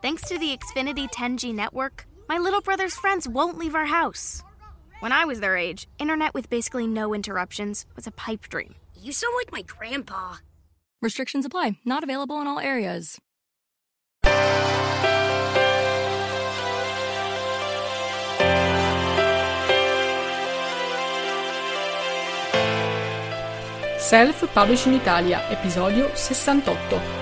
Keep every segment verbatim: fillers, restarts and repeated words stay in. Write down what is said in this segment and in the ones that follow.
Thanks to the Xfinity ten G network, my little brother's friends won't leave our house. When I was their age, internet with basically no interruptions was a pipe dream. You sound like my grandpa. Restrictions apply. Not available in all areas. Self-Publishing Italia, episodio sessantotto.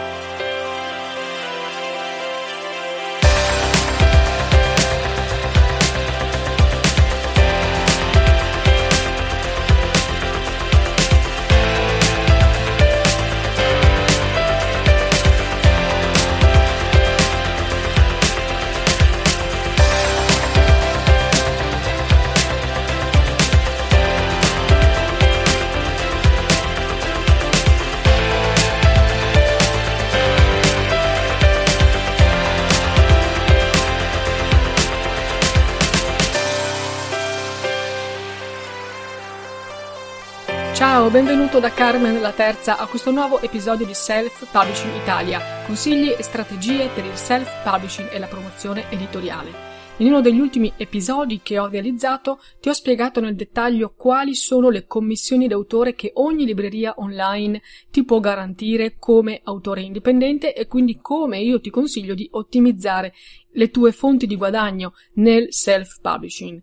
Ciao, benvenuto da Carmen la Terza a questo nuovo episodio di Self-Publishing Italia, consigli e strategie per il self-publishing e la promozione editoriale. In uno degli ultimi episodi che ho realizzato ti ho spiegato nel dettaglio quali sono le commissioni d'autore che ogni libreria online ti può garantire come autore indipendente e quindi come io ti consiglio di ottimizzare le tue fonti di guadagno nel self-publishing.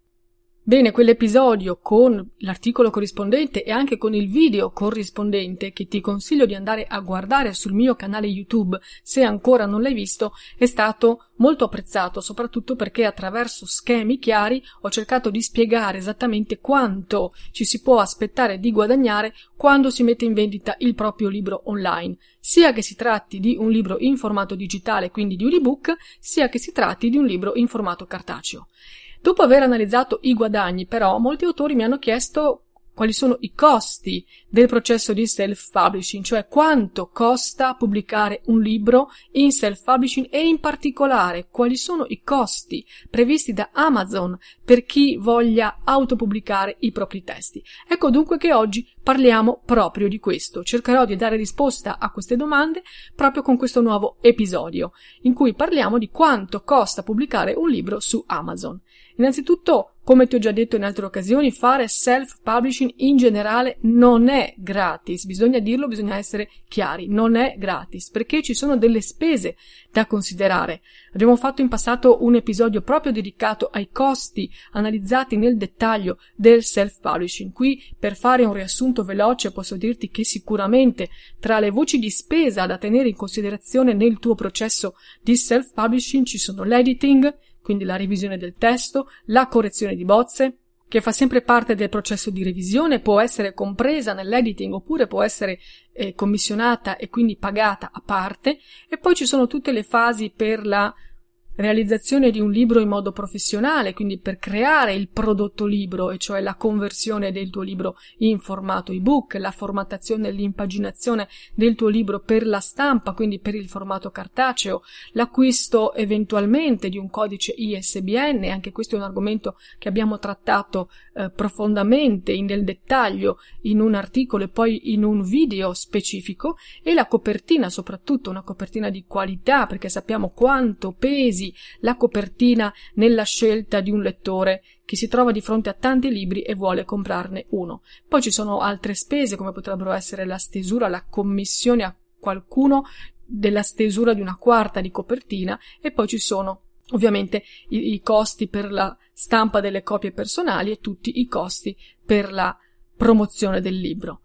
Bene, quell'episodio con l'articolo corrispondente e anche con il video corrispondente che ti consiglio di andare a guardare sul mio canale YouTube se ancora non l'hai visto è stato molto apprezzato, soprattutto perché attraverso schemi chiari ho cercato di spiegare esattamente quanto ci si può aspettare di guadagnare quando si mette in vendita il proprio libro online, sia che si tratti di un libro in formato digitale, quindi di un ebook, sia che si tratti di un libro in formato cartaceo. Dopo aver analizzato i guadagni, però, molti autori mi hanno chiesto quali sono i costi del processo di self-publishing, cioè quanto costa pubblicare un libro in self-publishing e in particolare quali sono i costi previsti da Amazon per chi voglia autopubblicare i propri testi. Ecco dunque che oggi parliamo proprio di questo. Cercherò di dare risposta a queste domande proprio con questo nuovo episodio, in cui parliamo di quanto costa pubblicare un libro su Amazon. Innanzitutto, come ti ho già detto in altre occasioni, fare self-publishing in generale non è gratis, bisogna dirlo, bisogna essere chiari, non è gratis, perché ci sono delle spese da considerare. Abbiamo fatto in passato un episodio proprio dedicato ai costi analizzati nel dettaglio del self-publishing. Qui, per fare un riassunto veloce, posso dirti che sicuramente tra le voci di spesa da tenere in considerazione nel tuo processo di self-publishing ci sono l'editing, quindi la revisione del testo, la correzione di bozze, che fa sempre parte del processo di revisione, può essere compresa nell'editing oppure può essere eh, commissionata e quindi pagata a parte, e poi ci sono tutte le fasi per la realizzazione di un libro in modo professionale, quindi per creare il prodotto libro, e cioè la conversione del tuo libro in formato ebook, la formattazione e l'impaginazione del tuo libro per la stampa, quindi per il formato cartaceo, l'acquisto eventualmente di un codice I S B N, anche questo è un argomento che abbiamo trattato eh, profondamente in del dettaglio in un articolo e poi in un video specifico, e la copertina, soprattutto una copertina di qualità, perché sappiamo quanto pesi la copertina nella scelta di un lettore che si trova di fronte a tanti libri e vuole comprarne uno. Poi ci sono altre spese, come potrebbero essere la stesura, la commissione a qualcuno della stesura di una quarta di copertina, e poi ci sono ovviamente i, i costi per la stampa delle copie personali e tutti i costi per la promozione del libro.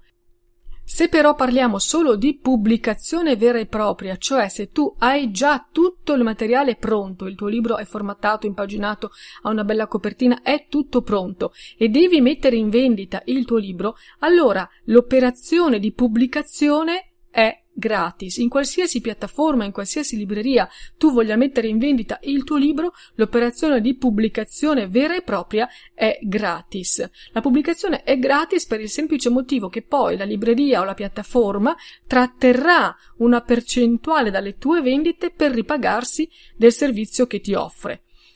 Se però parliamo solo di pubblicazione vera e propria, cioè se tu hai già tutto il materiale pronto, il tuo libro è formattato, impaginato, ha una bella copertina, è tutto pronto e devi mettere in vendita il tuo libro, allora l'operazione di pubblicazione è gratis. In qualsiasi piattaforma, in qualsiasi libreria tu voglia mettere in vendita il tuo libro, l'operazione di pubblicazione vera e propria è gratis. La pubblicazione è gratis per il semplice motivo che poi la libreria o la piattaforma tratterrà una percentuale dalle tue vendite per ripagarsi del servizio che ti offre.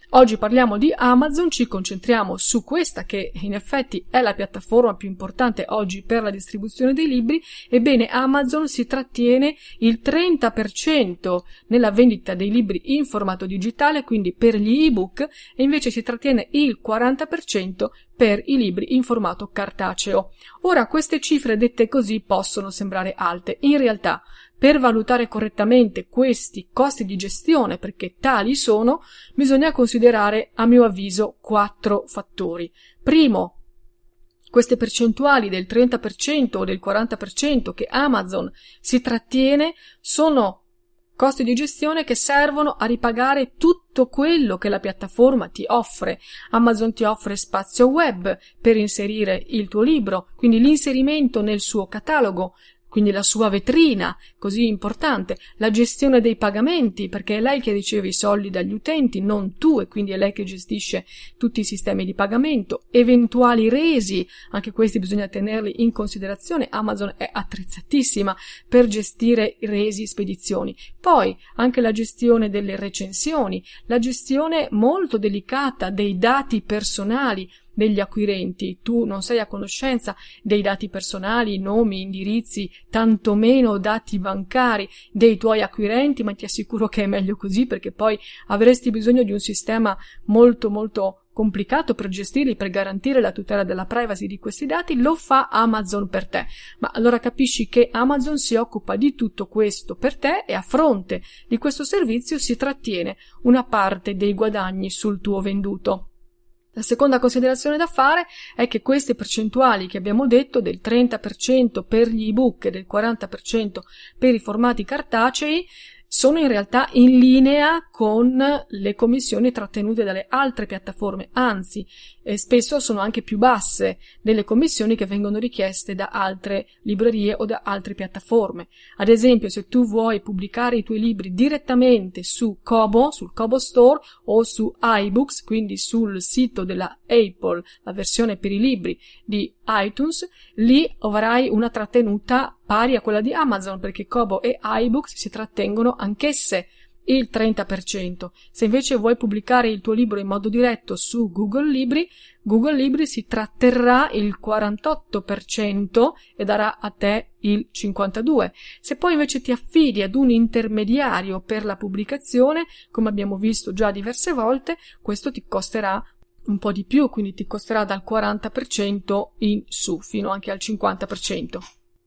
Oggi parliamo di Amazon, ci concentriamo su questa che in effetti è la piattaforma più importante oggi per la distribuzione dei libri. Ebbene, Amazon si trattiene il trenta per cento nella vendita dei libri in formato digitale, quindi per gli ebook, e invece si trattiene il quaranta per cento per i libri in formato cartaceo. Ora, queste cifre dette così possono sembrare alte. In realtà, per valutare correttamente questi costi di gestione, perché tali sono, bisogna considerare, a mio avviso, quattro fattori. Primo, queste percentuali del trenta per cento o del quaranta per cento che Amazon si trattiene sono costi di gestione che servono a ripagare tutto quello che la piattaforma ti offre. Amazon ti offre spazio web per inserire il tuo libro, quindi l'inserimento nel suo catalogo, quindi la sua vetrina, così importante, la gestione dei pagamenti, perché è lei che riceve i soldi dagli utenti, non tu, e quindi è lei che gestisce tutti i sistemi di pagamento, eventuali resi, anche questi bisogna tenerli in considerazione. Amazon è attrezzatissima per gestire resi, spedizioni. Poi anche la gestione delle recensioni, la gestione molto delicata dei dati personali degli acquirenti. Tu non sei a conoscenza dei dati personali, nomi, indirizzi, tantomeno dati bancari dei tuoi acquirenti, ma ti assicuro che è meglio così, perché poi avresti bisogno di un sistema molto molto complicato per gestirli, per garantire la tutela della privacy di questi dati. Lo fa Amazon per te. Ma allora capisci che Amazon si occupa di tutto questo per te e a fronte di questo servizio si trattiene una parte dei guadagni sul tuo venduto. La seconda considerazione da fare è che queste percentuali che abbiamo detto, del trenta per cento per gli ebook e del quaranta per cento per i formati cartacei, sono in realtà in linea con le commissioni trattenute dalle altre piattaforme, anzi eh, spesso sono anche più basse delle commissioni che vengono richieste da altre librerie o da altre piattaforme. Ad esempio, se tu vuoi pubblicare i tuoi libri direttamente su Kobo, sul Kobo Store, o su iBooks, quindi sul sito della Apple, la versione per i libri di iTunes, lì avrai una trattenuta pari a quella di Amazon, perché Kobo e iBooks si trattengono anch'esse il trenta per cento. Se invece vuoi pubblicare il tuo libro in modo diretto su Google Libri, Google Libri si tratterrà il quarantotto per cento e darà a te il cinquantadue per cento. Se poi invece ti affidi ad un intermediario per la pubblicazione, come abbiamo visto già diverse volte, questo ti costerà un po' di più, quindi ti costerà dal quaranta per cento in su, fino anche al cinquanta per cento.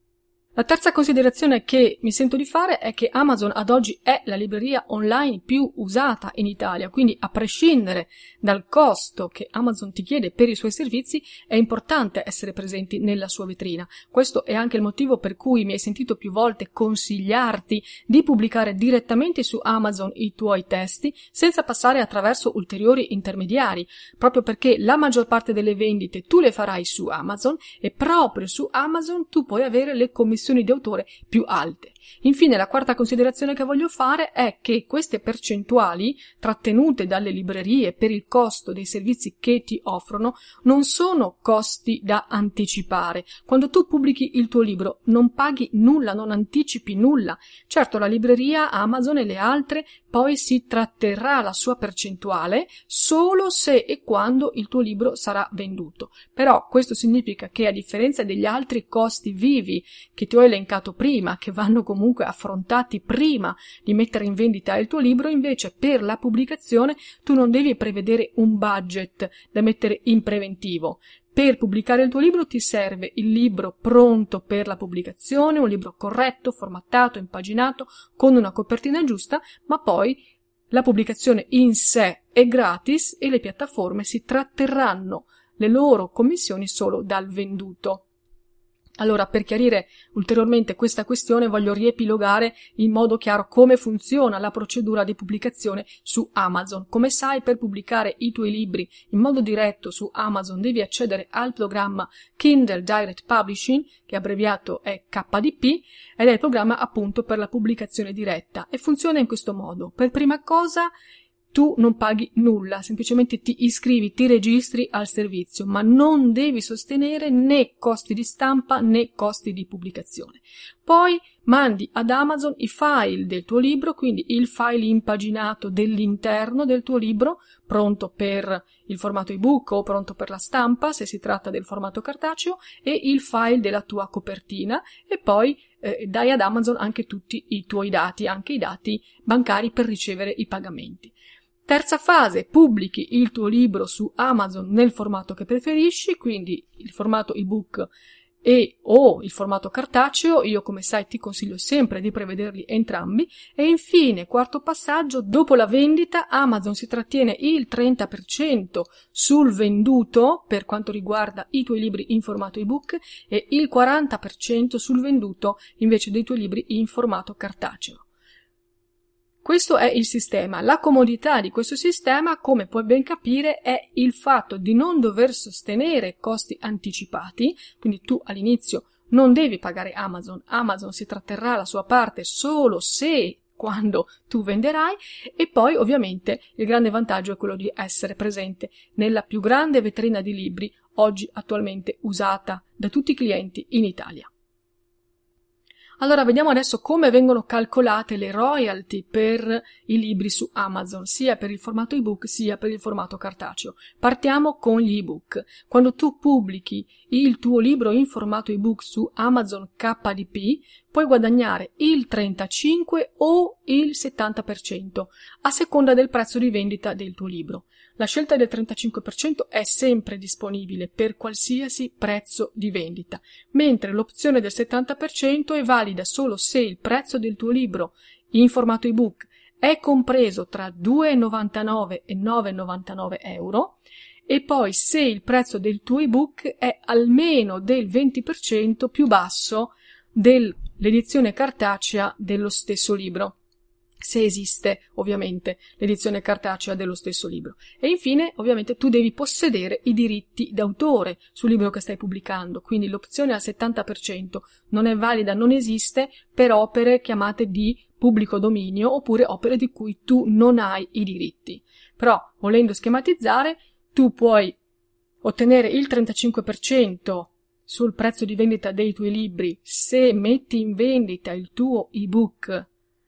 La terza considerazione che mi sento di fare è che Amazon ad oggi è la libreria online più usata in Italia, quindi a prescindere dal costo che Amazon ti chiede per i suoi servizi, è importante essere presenti nella sua vetrina. Questo è anche il motivo per cui mi hai sentito più volte consigliarti di pubblicare direttamente su Amazon i tuoi testi senza passare attraverso ulteriori intermediari, proprio perché la maggior parte delle vendite tu le farai su Amazon e proprio su Amazon tu puoi avere le commissioni di autore più alte. Infine, la quarta considerazione che voglio fare è che queste percentuali trattenute dalle librerie per il costo dei servizi che ti offrono non sono costi da anticipare. Quando tu pubblichi il tuo libro non paghi nulla, non anticipi nulla. Certo, la libreria, Amazon e le altre poi si tratterrà la sua percentuale solo se e quando il tuo libro sarà venduto. Però questo significa che, a differenza degli altri costi vivi che ti ho elencato prima, che vanno comunque affrontati prima di mettere in vendita il tuo libro, invece per la pubblicazione tu non devi prevedere un budget da mettere in preventivo. Per pubblicare il tuo libro ti serve il libro pronto per la pubblicazione, un libro corretto, formattato, impaginato, con una copertina giusta, ma poi la pubblicazione in sé è gratis e le piattaforme si tratterranno le loro commissioni solo dal venduto. Allora, per chiarire ulteriormente questa questione, voglio riepilogare in modo chiaro come funziona la procedura di pubblicazione su Amazon. Come sai, per pubblicare i tuoi libri in modo diretto su Amazon devi accedere al programma Kindle Direct Publishing, che abbreviato è K D P, ed è il programma appunto per la pubblicazione diretta, e funziona in questo modo. Per prima cosa, tu non paghi nulla, semplicemente ti iscrivi, ti registri al servizio, ma non devi sostenere né costi di stampa né costi di pubblicazione. Poi mandi ad Amazon i file del tuo libro, quindi il file impaginato dell'interno del tuo libro, pronto per il formato ebook o pronto per la stampa, se si tratta del formato cartaceo, e il file della tua copertina, e poi eh, dai ad Amazon anche tutti i tuoi dati, anche i dati bancari per ricevere i pagamenti. Terza fase, pubblichi il tuo libro su Amazon nel formato che preferisci, quindi il formato ebook e o il formato cartaceo. Io, come sai, ti consiglio sempre di prevederli entrambi. E infine, quarto passaggio, dopo la vendita Amazon si trattiene il trenta per cento sul venduto per quanto riguarda i tuoi libri in formato ebook e il quaranta per cento sul venduto invece dei tuoi libri in formato cartaceo. Questo è il sistema. La comodità di questo sistema, come puoi ben capire, è il fatto di non dover sostenere costi anticipati, quindi tu all'inizio non devi pagare Amazon, Amazon si tratterrà la sua parte solo se quando tu venderai, e poi ovviamente il grande vantaggio è quello di essere presente nella più grande vetrina di libri oggi attualmente usata da tutti i clienti in Italia. Allora, vediamo adesso come vengono calcolate le royalty per i libri su Amazon, sia per il formato ebook sia per il formato cartaceo. Partiamo con gli ebook. Quando tu pubblichi il tuo libro in formato ebook su Amazon K D P, puoi guadagnare il trentacinque o il settanta per cento, a seconda del prezzo di vendita del tuo libro. La scelta del trentacinque per cento è sempre disponibile per qualsiasi prezzo di vendita, mentre l'opzione del settanta per cento è valida solo se il prezzo del tuo libro in formato ebook è compreso tra due virgola novantanove e nove virgola novantanove euro, e poi se il prezzo del tuo ebook è almeno del venti per cento più basso dell'edizione cartacea dello stesso libro, se esiste ovviamente l'edizione cartacea dello stesso libro. E infine ovviamente tu devi possedere i diritti d'autore sul libro che stai pubblicando, quindi l'opzione al settanta per cento non è valida, non esiste per opere chiamate di pubblico dominio oppure opere di cui tu non hai i diritti. Però, volendo schematizzare, tu puoi ottenere il trentacinque per cento sul prezzo di vendita dei tuoi libri se metti in vendita il tuo ebook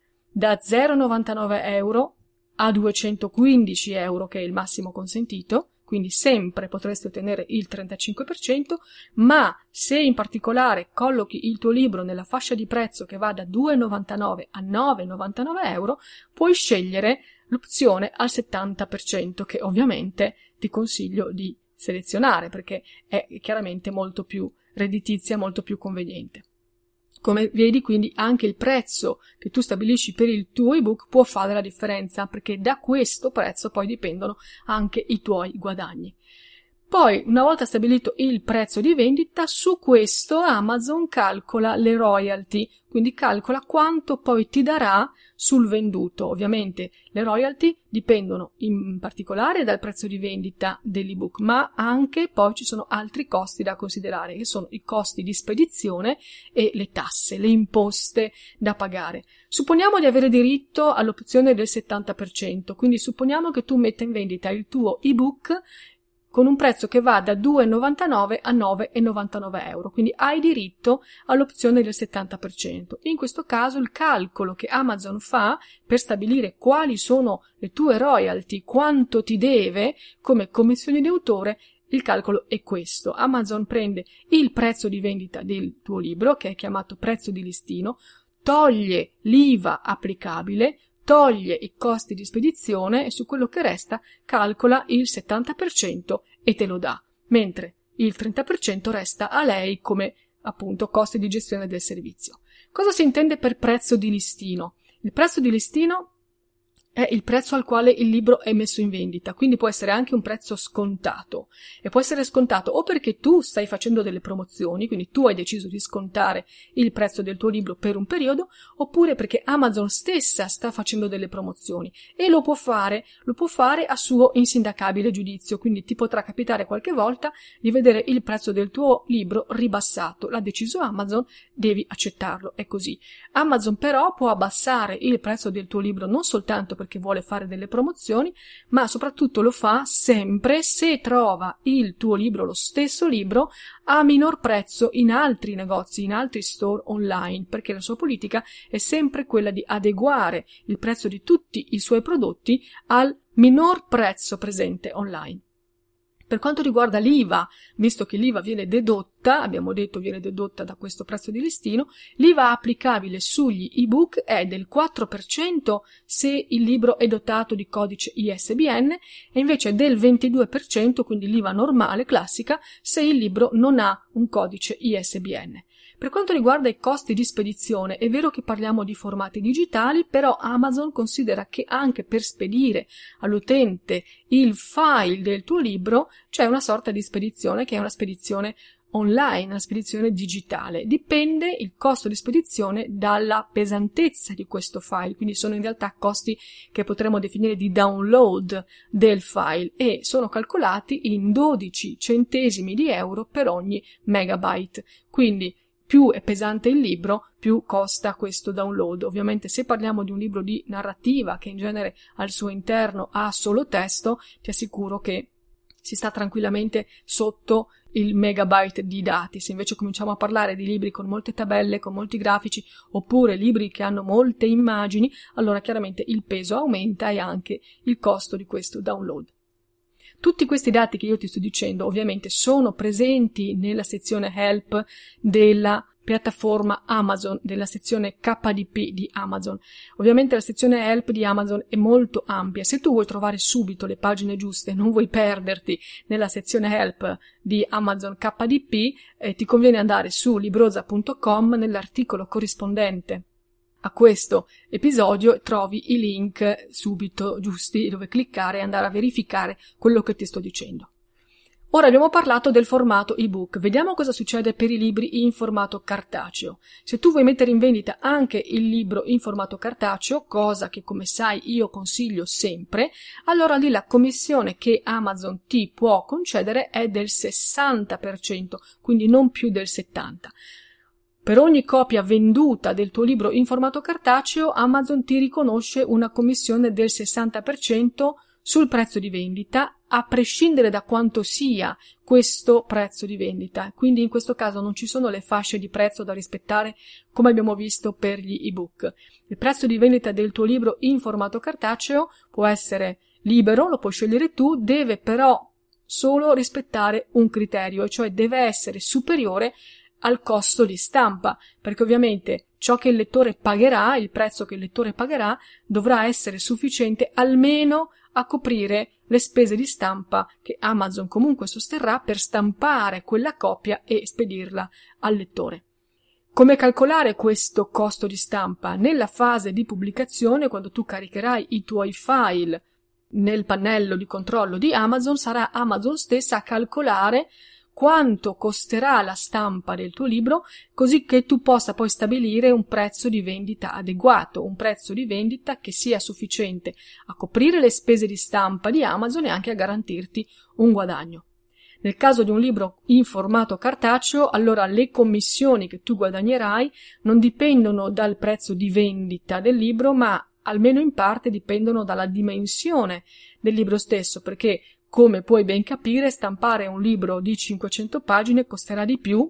da zero virgola novantanove euro a duecentoquindici euro, che è il massimo consentito, quindi sempre potresti ottenere il trentacinque per cento, ma se in particolare collochi il tuo libro nella fascia di prezzo che va da due virgola novantanove a nove virgola novantanove euro, puoi scegliere l'opzione al settanta per cento, che ovviamente ti consiglio di selezionare perché è chiaramente molto più redditizia, molto più conveniente. Come vedi, quindi anche il prezzo che tu stabilisci per il tuo ebook può fare la differenza, perché da questo prezzo poi dipendono anche i tuoi guadagni. Poi, una volta stabilito il prezzo di vendita, su questo Amazon calcola le royalty, quindi calcola quanto poi ti darà sul venduto. Ovviamente le royalty dipendono in particolare dal prezzo di vendita dell'ebook, ma anche poi ci sono altri costi da considerare, che sono i costi di spedizione e le tasse, le imposte da pagare. Supponiamo di avere diritto all'opzione del settanta per cento, quindi supponiamo che tu metta in vendita il tuo ebook con un prezzo che va da due virgola novantanove a nove virgola novantanove euro, quindi hai diritto all'opzione del settanta per cento. In questo caso il calcolo che Amazon fa per stabilire quali sono le tue royalty, quanto ti deve come commissioni di autore, il calcolo è questo. Amazon prende il prezzo di vendita del tuo libro, che è chiamato prezzo di listino, toglie l'I V A applicabile, toglie i costi di spedizione e su quello che resta calcola il settanta per cento e te lo dà, mentre il trenta per cento resta a lei come appunto costi di gestione del servizio. Cosa si intende per prezzo di listino? Il prezzo di listino è il prezzo al quale il libro è messo in vendita, quindi può essere anche un prezzo scontato, e può essere scontato o perché tu stai facendo delle promozioni, quindi tu hai deciso di scontare il prezzo del tuo libro per un periodo, oppure perché Amazon stessa sta facendo delle promozioni, e lo può fare, lo può fare a suo insindacabile giudizio, quindi ti potrà capitare qualche volta di vedere il prezzo del tuo libro ribassato. L'ha deciso Amazon, devi accettarlo, è così. Amazon però può abbassare il prezzo del tuo libro non soltanto per perché vuole fare delle promozioni, ma soprattutto lo fa sempre se trova il tuo libro, lo stesso libro, a minor prezzo in altri negozi, in altri store online, perché la sua politica è sempre quella di adeguare il prezzo di tutti i suoi prodotti al minor prezzo presente online. Per quanto riguarda l'I V A, visto che l'I V A viene dedotta, abbiamo detto viene dedotta da questo prezzo di listino, l'I V A applicabile sugli ebook è del quattro per cento se il libro è dotato di codice I S B N e invece del ventidue per cento, quindi l'I V A normale, classica, se il libro non ha un codice I S B N. Per quanto riguarda i costi di spedizione, è vero che parliamo di formati digitali, però Amazon considera che anche per spedire all'utente il file del tuo libro c'è una sorta di spedizione che è una spedizione online, una spedizione digitale. Dipende il costo di spedizione dalla pesantezza di questo file, quindi sono in realtà costi che potremmo definire di download del file e sono calcolati in dodici centesimi di euro per ogni megabyte. Quindi più è pesante il libro, più costa questo download. Ovviamente se parliamo di un libro di narrativa che in genere al suo interno ha solo testo, ti assicuro che si sta tranquillamente sotto il megabyte di dati. Se invece cominciamo a parlare di libri con molte tabelle, con molti grafici, oppure libri che hanno molte immagini, allora chiaramente il peso aumenta e anche il costo di questo download. Tutti questi dati che io ti sto dicendo ovviamente sono presenti nella sezione Help della piattaforma Amazon, della sezione K D P di Amazon. Ovviamente la sezione Help di Amazon è molto ampia. Se tu vuoi trovare subito le pagine giuste, non vuoi perderti nella sezione Help di Amazon K D P, eh, ti conviene andare su libroza punto com nell'articolo corrispondente a questo episodio trovi i link subito giusti dove cliccare e andare a verificare quello che ti sto dicendo. Ora abbiamo parlato del formato ebook, vediamo cosa succede per i libri in formato cartaceo. Se tu vuoi mettere in vendita anche il libro in formato cartaceo, cosa che come sai io consiglio sempre, allora lì la commissione che Amazon ti può concedere è del sessanta per cento, quindi non più del settanta per cento. Per ogni copia venduta del tuo libro in formato cartaceo, Amazon ti riconosce una commissione del sessanta per cento sul prezzo di vendita, a prescindere da quanto sia questo prezzo di vendita. Quindi in questo caso non ci sono le fasce di prezzo da rispettare come abbiamo visto per gli ebook. Il prezzo di vendita del tuo libro in formato cartaceo può essere libero, lo puoi scegliere tu, deve però solo rispettare un criterio, cioè deve essere superiore al costo di stampa, perché ovviamente ciò che il lettore pagherà, il prezzo che il lettore pagherà, dovrà essere sufficiente almeno a coprire le spese di stampa che Amazon comunque sosterrà per stampare quella copia e spedirla al lettore. Come calcolare questo costo di stampa? Nella fase di pubblicazione, quando tu caricherai i tuoi file nel pannello di controllo di Amazon, sarà Amazon stessa a calcolare quanto costerà la stampa del tuo libro, così che tu possa poi stabilire un prezzo di vendita adeguato, un prezzo di vendita che sia sufficiente a coprire le spese di stampa di Amazon e anche a garantirti un guadagno. Nel caso di un libro in formato cartaceo, allora le commissioni che tu guadagnerai non dipendono dal prezzo di vendita del libro, ma almeno in parte dipendono dalla dimensione del libro stesso, perché come puoi ben capire, stampare un libro di cinquecento pagine costerà di più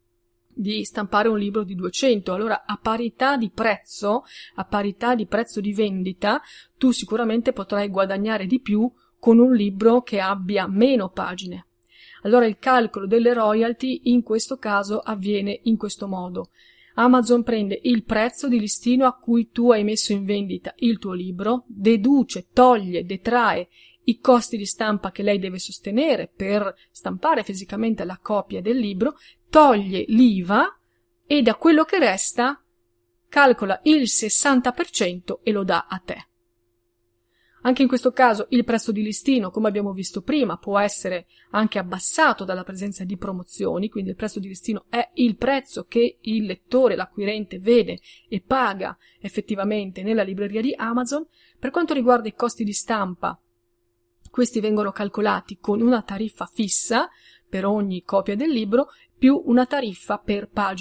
di stampare un libro di duecento. Allora, a parità di prezzo, a parità di prezzo di vendita, tu sicuramente potrai guadagnare di più con un libro che abbia meno pagine. Allora, il calcolo delle royalty in questo caso avviene in questo modo. Amazon prende il prezzo di listino a cui tu hai messo in vendita il tuo libro, deduce, toglie, detrae i costi di stampa che lei deve sostenere per stampare fisicamente la copia del libro, toglie l'I V A e da quello che resta calcola il sessanta per cento e lo dà a te. Anche in questo caso il prezzo di listino, come abbiamo visto prima, può essere anche abbassato dalla presenza di promozioni, quindi il prezzo di listino è il prezzo che il lettore, l'acquirente, vede e paga effettivamente nella libreria di Amazon. Per quanto riguarda i costi di stampa, questi vengono calcolati con una tariffa fissa per ogni copia del libro più una tariffa per pagina.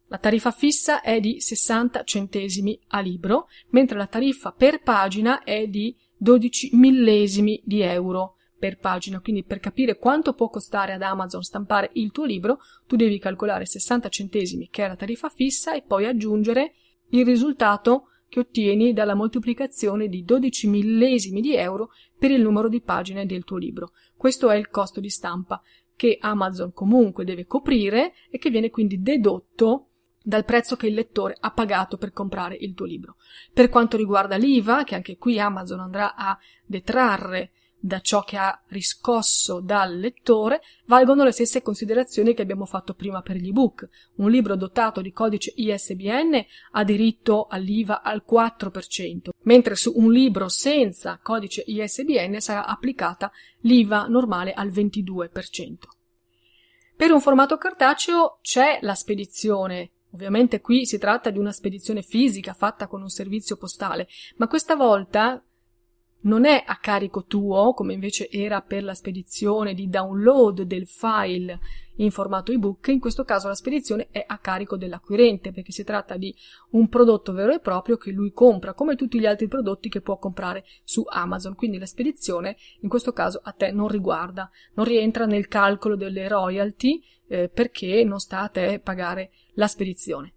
La tariffa fissa è di sessanta centesimi a libro, mentre la tariffa per pagina è di dodici millesimi di euro per pagina. Quindi per capire quanto può costare ad Amazon stampare il tuo libro, tu devi calcolare sessanta centesimi, che è la tariffa fissa, e poi aggiungere il risultato che ottieni dalla moltiplicazione di dodici millesimi di euro per il numero di pagine del tuo libro. Questo è il costo di stampa che Amazon comunque deve coprire e che viene quindi dedotto dal prezzo che il lettore ha pagato per comprare il tuo libro. Per quanto riguarda l'I V A, che anche qui Amazon andrà a detrarre da ciò che ha riscosso dal lettore, valgono le stesse considerazioni che abbiamo fatto prima per gli ebook. Un libro dotato di codice I S B N ha diritto all'I V A al quattro per cento, mentre su un libro senza codice I S B N sarà applicata l'I V A normale al ventidue per cento. Per un formato cartaceo c'è la spedizione. Ovviamente qui si tratta di una spedizione fisica fatta con un servizio postale, ma questa volta non è a carico tuo, come invece era per la spedizione di download del file in formato ebook. In questo caso la spedizione è a carico dell'acquirente, perché si tratta di un prodotto vero e proprio che lui compra, come tutti gli altri prodotti che può comprare su Amazon. Quindi la spedizione in questo caso a te non riguarda, non rientra nel calcolo delle royalty, eh, perché non sta a te pagare la spedizione.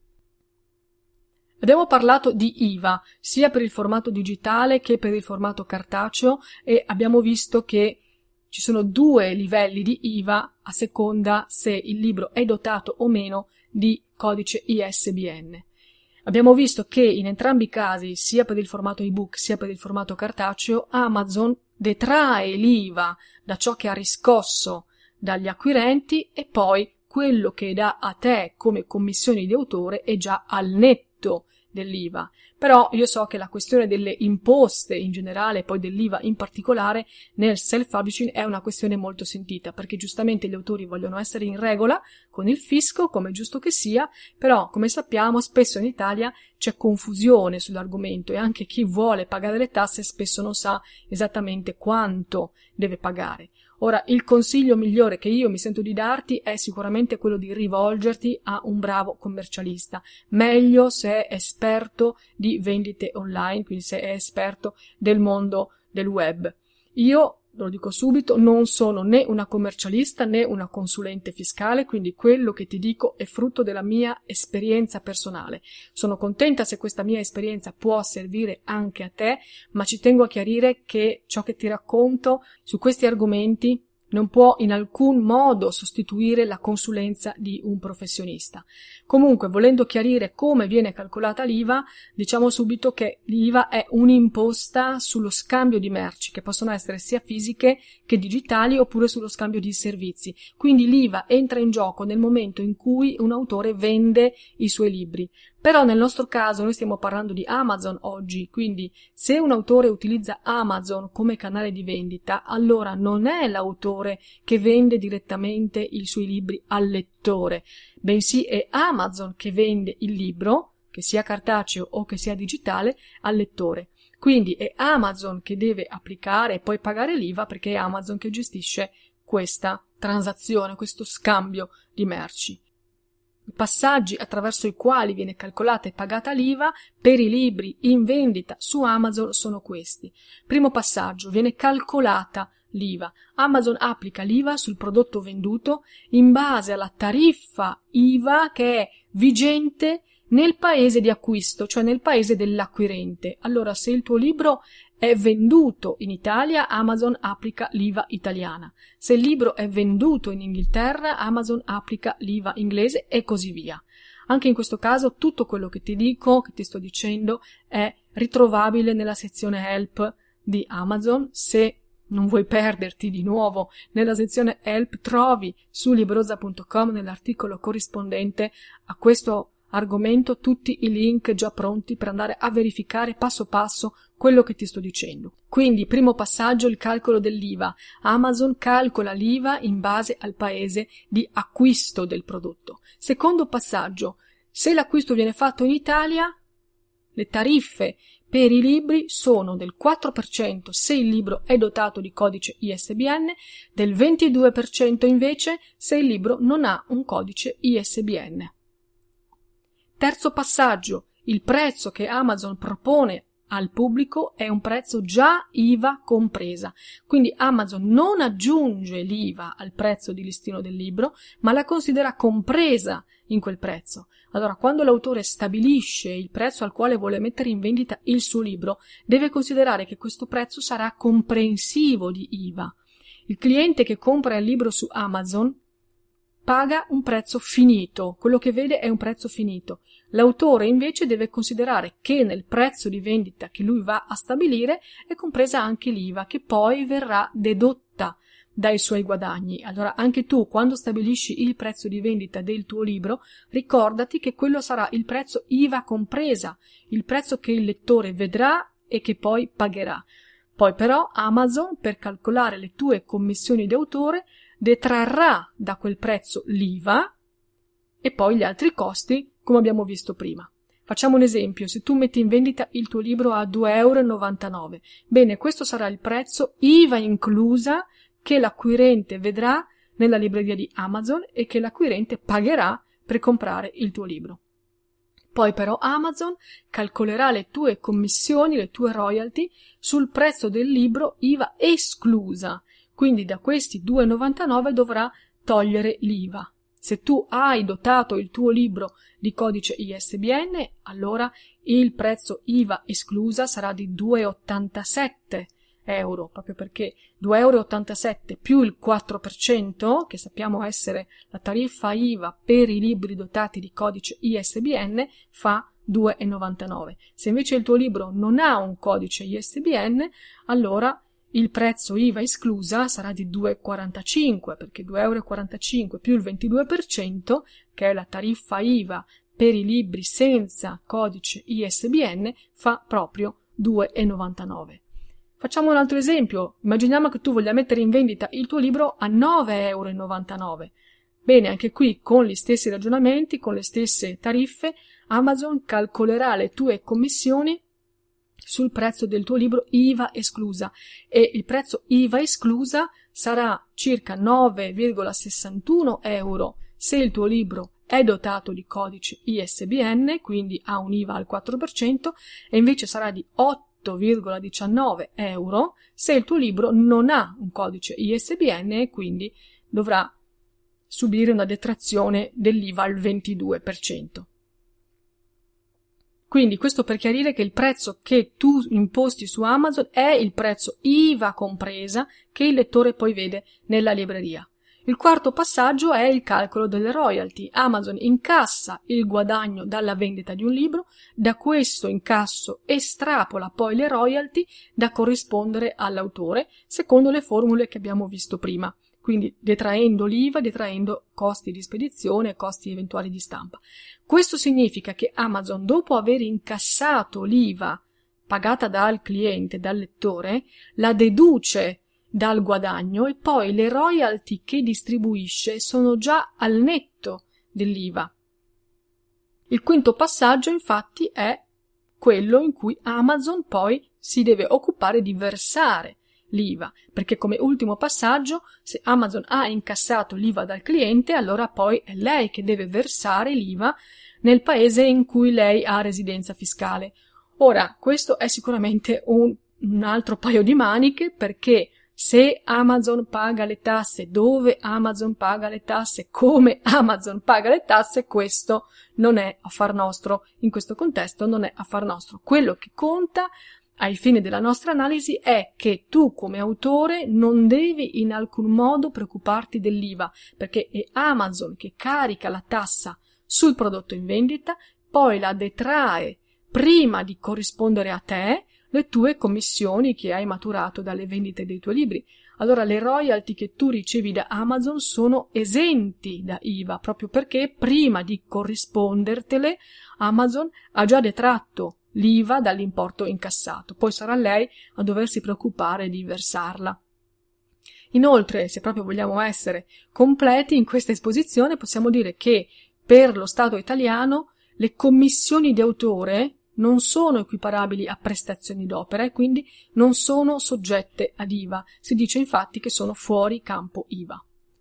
Abbiamo parlato di I V A sia per il formato digitale che per il formato cartaceo e abbiamo visto che ci sono due livelli di I V A a seconda se il libro è dotato o meno di codice I S B N. Abbiamo visto che in entrambi i casi, sia per il formato ebook sia per il formato cartaceo, Amazon detrae l'I V A da ciò che ha riscosso dagli acquirenti e poi quello che dà a te come commissioni di autore è già al netto dell'I V A. Però io so che la questione delle imposte in generale e poi dell'I V A in particolare nel self-publishing è una questione molto sentita, perché giustamente gli autori vogliono essere in regola con il fisco, come è giusto che sia, però come sappiamo spesso in Italia c'è confusione sull'argomento e anche chi vuole pagare le tasse spesso non sa esattamente quanto deve pagare. Ora, il consiglio migliore che io mi sento di darti è sicuramente quello di rivolgerti a un bravo commercialista, meglio se è esperto di vendite online, quindi se è esperto del mondo del web. Io, lo dico subito, non sono né una commercialista né una consulente fiscale, quindi quello che ti dico è frutto della mia esperienza personale. Sono contenta se questa mia esperienza può servire anche a te, ma ci tengo a chiarire che ciò che ti racconto su questi argomenti non può in alcun modo sostituire la consulenza di un professionista. Comunque, volendo chiarire come viene calcolata l'I V A, diciamo subito che l'I V A è un'imposta sullo scambio di merci, che possono essere sia fisiche che digitali, oppure sullo scambio di servizi. Quindi l'I V A entra in gioco nel momento in cui un autore vende i suoi libri. Però nel nostro caso noi stiamo parlando di Amazon oggi, quindi se un autore utilizza Amazon come canale di vendita, allora non è l'autore che vende direttamente i suoi libri al lettore, bensì è Amazon che vende il libro, che sia cartaceo o che sia digitale, al lettore. Quindi è Amazon che deve applicare e poi pagare l'I V A, perché è Amazon che gestisce questa transazione, questo scambio di merci. I passaggi attraverso i quali viene calcolata e pagata l'I V A per i libri in vendita su Amazon sono questi. Primo passaggio, viene calcolata l'I V A. Amazon applica l'I V A sul prodotto venduto in base alla tariffa I V A che è vigente nel paese di acquisto, cioè nel paese dell'acquirente. Allora, se il tuo libro è venduto in Italia, Amazon applica l'I V A italiana. Se il libro è venduto in Inghilterra, Amazon applica l'I V A inglese e così via. Anche in questo caso tutto quello che ti dico, che ti sto dicendo, è ritrovabile nella sezione Help di Amazon. Se non vuoi perderti di nuovo nella sezione Help, trovi su libroza punto com nell'articolo corrispondente a questo argomento tutti i link già pronti per andare a verificare passo passo quello che ti sto dicendo. Quindi, primo passaggio, il calcolo dell'I V A. Amazon calcola l'I V A in base al paese di acquisto del prodotto. Secondo passaggio, se l'acquisto viene fatto in Italia, le tariffe per i libri sono del quattro per cento se il libro è dotato di codice I S B N, del ventidue per cento invece se il libro non ha un codice I S B N. Terzo passaggio, il prezzo che Amazon propone al pubblico è un prezzo già I V A compresa, quindi Amazon non aggiunge l'I V A al prezzo di listino del libro, ma la considera compresa in quel prezzo. Allora, quando l'autore stabilisce il prezzo al quale vuole mettere in vendita il suo libro, deve considerare che questo prezzo sarà comprensivo di I V A. Il cliente che compra il libro su Amazon paga un prezzo finito, quello che vede è un prezzo finito. L'autore invece deve considerare che nel prezzo di vendita che lui va a stabilire è compresa anche l'I V A, che poi verrà dedotta dai suoi guadagni. Allora anche tu, quando stabilisci il prezzo di vendita del tuo libro, ricordati che quello sarà il prezzo I V A compresa, il prezzo che il lettore vedrà e che poi pagherà. Poi però Amazon, per calcolare le tue commissioni di autore, detrarrà da quel prezzo l'I V A e poi gli altri costi, come abbiamo visto prima. Facciamo un esempio: se tu metti in vendita il tuo libro a due euro e novantanove, bene, questo sarà il prezzo I V A inclusa che l'acquirente vedrà nella libreria di Amazon e che l'acquirente pagherà per comprare il tuo libro. Poi però Amazon calcolerà le tue commissioni, le tue royalty, sul prezzo del libro I V A esclusa, quindi da questi due euro e novantanove dovrà togliere l'I V A. Se tu hai dotato il tuo libro di codice I S B N, allora il prezzo I V A esclusa sarà di due euro e ottantasette euro, proprio perché due euro e ottantasette più il quattro per cento, che sappiamo essere la tariffa I V A per i libri dotati di codice I S B N, fa due euro e novantanove. Se invece il tuo libro non ha un codice I S B N, allora il prezzo I V A esclusa sarà di due euro e quarantacinque, perché due euro e quarantacinque più il ventidue per cento, che è la tariffa I V A per i libri senza codice I S B N, fa proprio due euro e novantanove. Facciamo un altro esempio. Immaginiamo che tu voglia mettere in vendita il tuo libro a nove euro e novantanove. Bene, anche qui con gli stessi ragionamenti, con le stesse tariffe, Amazon calcolerà le tue commissioni sul prezzo del tuo libro I V A esclusa e il prezzo I V A esclusa sarà circa nove virgola sessantuno euro se il tuo libro è dotato di codice I S B N, quindi ha un I V A al quattro per cento, e invece sarà di otto virgola diciannove euro se il tuo libro non ha un codice I S B N e quindi dovrà subire una detrazione dell'I V A al ventidue per cento. Quindi questo per chiarire che il prezzo che tu imposti su Amazon è il prezzo I V A compresa che il lettore poi vede nella libreria. Il quarto passaggio è il calcolo delle royalty. Amazon incassa il guadagno dalla vendita di un libro, da questo incasso estrapola poi le royalty da corrispondere all'autore, secondo le formule che abbiamo visto prima. Quindi detraendo l'I V A, detraendo costi di spedizione e costi eventuali di stampa. Questo significa che Amazon, dopo aver incassato l'I V A pagata dal cliente, dal lettore, la deduce dal guadagno e poi le royalty che distribuisce sono già al netto dell'I V A. Il quinto passaggio, infatti, è quello in cui Amazon poi si deve occupare di versare l'I V A, perché come ultimo passaggio, se Amazon ha incassato l'I V A dal cliente, allora poi è lei che deve versare l'I V A nel paese in cui lei ha residenza fiscale. Ora, questo è sicuramente un, un altro paio di maniche, perché se Amazon paga le tasse, dove Amazon paga le tasse, come Amazon paga le tasse, questo non è affar nostro. In questo contesto non è affar nostro. Quello che conta ai fini della nostra analisi è che tu come autore non devi in alcun modo preoccuparti dell'I V A, perché è Amazon che carica la tassa sul prodotto in vendita, poi la detrae prima di corrispondere a te le tue commissioni che hai maturato dalle vendite dei tuoi libri. Allora le royalty che tu ricevi da Amazon sono esenti da I V A, proprio perché prima di corrispondertele Amazon ha già detratto l'I V A dall'importo incassato, poi sarà lei a doversi preoccupare di versarla. Inoltre, se proprio vogliamo essere completi in questa esposizione, possiamo dire che per lo Stato italiano le commissioni di autore non sono equiparabili a prestazioni d'opera e quindi non sono soggette ad I V A. Si dice infatti che sono fuori campo I V A.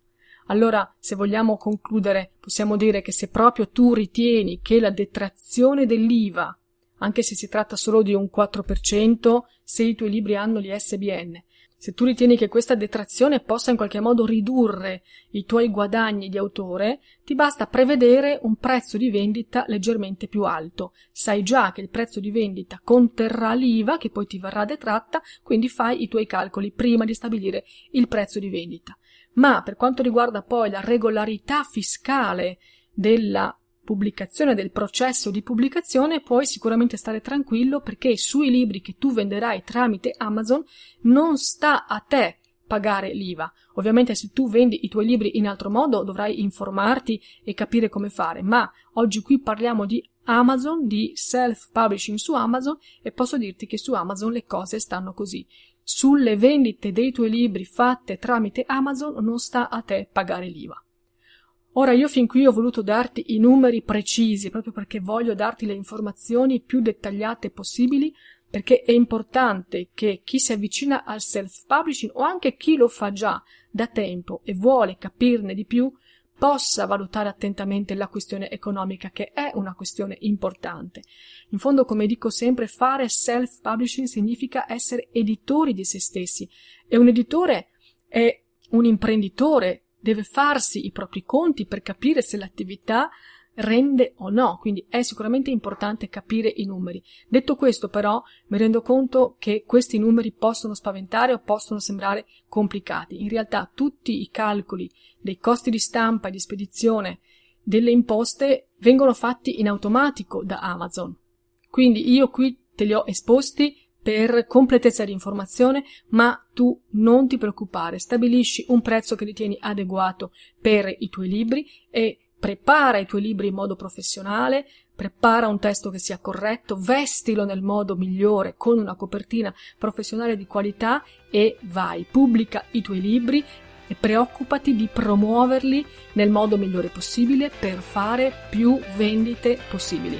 Allora, se vogliamo concludere, possiamo dire che se proprio tu ritieni che la detrazione dell'I V A, anche se si tratta solo di un quattro per cento, se i tuoi libri hanno gli S B N, se tu ritieni che questa detrazione possa in qualche modo ridurre i tuoi guadagni di autore, ti basta prevedere un prezzo di vendita leggermente più alto. Sai già che il prezzo di vendita conterrà l'I V A che poi ti verrà detratta, quindi fai i tuoi calcoli prima di stabilire il prezzo di vendita. Ma per quanto riguarda poi la regolarità fiscale della pubblicazione, del processo di pubblicazione, puoi sicuramente stare tranquillo, perché sui libri che tu venderai tramite Amazon non sta a te pagare l'I V A. Ovviamente se tu vendi i tuoi libri in altro modo dovrai informarti e capire come fare, ma oggi qui parliamo di Amazon, di self-publishing su Amazon, e posso dirti che su Amazon le cose stanno così. Sulle vendite dei tuoi libri fatte tramite Amazon non sta a te pagare l'I V A. Ora, io fin qui ho voluto darti i numeri precisi, proprio perché voglio darti le informazioni più dettagliate possibili, perché è importante che chi si avvicina al self-publishing, o anche chi lo fa già da tempo e vuole capirne di più, possa valutare attentamente la questione economica, che è una questione importante. In fondo, come dico sempre, fare self-publishing significa essere editori di se stessi, e un editore è un imprenditore, deve farsi i propri conti per capire se l'attività rende o no, quindi è sicuramente importante capire i numeri. Detto questo, però, mi rendo conto che questi numeri possono spaventare o possono sembrare complicati. In realtà tutti i calcoli dei costi di stampa e di spedizione delle imposte vengono fatti in automatico da Amazon. Quindi io qui te li ho esposti per completezza di informazione, ma tu non ti preoccupare, stabilisci un prezzo che ritieni adeguato per i tuoi libri e prepara i tuoi libri in modo professionale, prepara un testo che sia corretto, vestilo nel modo migliore con una copertina professionale di qualità e vai, pubblica i tuoi libri e preoccupati di promuoverli nel modo migliore possibile per fare più vendite possibili.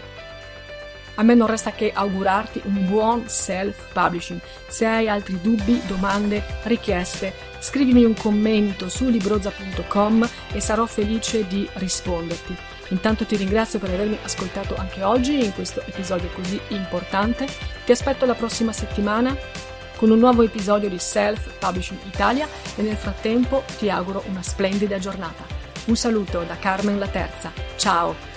A me non resta che augurarti un buon self-publishing. Se hai altri dubbi, domande, richieste, scrivimi un commento su Libroza punto com e sarò felice di risponderti. Intanto ti ringrazio per avermi ascoltato anche oggi in questo episodio così importante. Ti aspetto la prossima settimana con un nuovo episodio di Self-Publishing Italia e nel frattempo ti auguro una splendida giornata. Un saluto da Carmen La Terza. Ciao!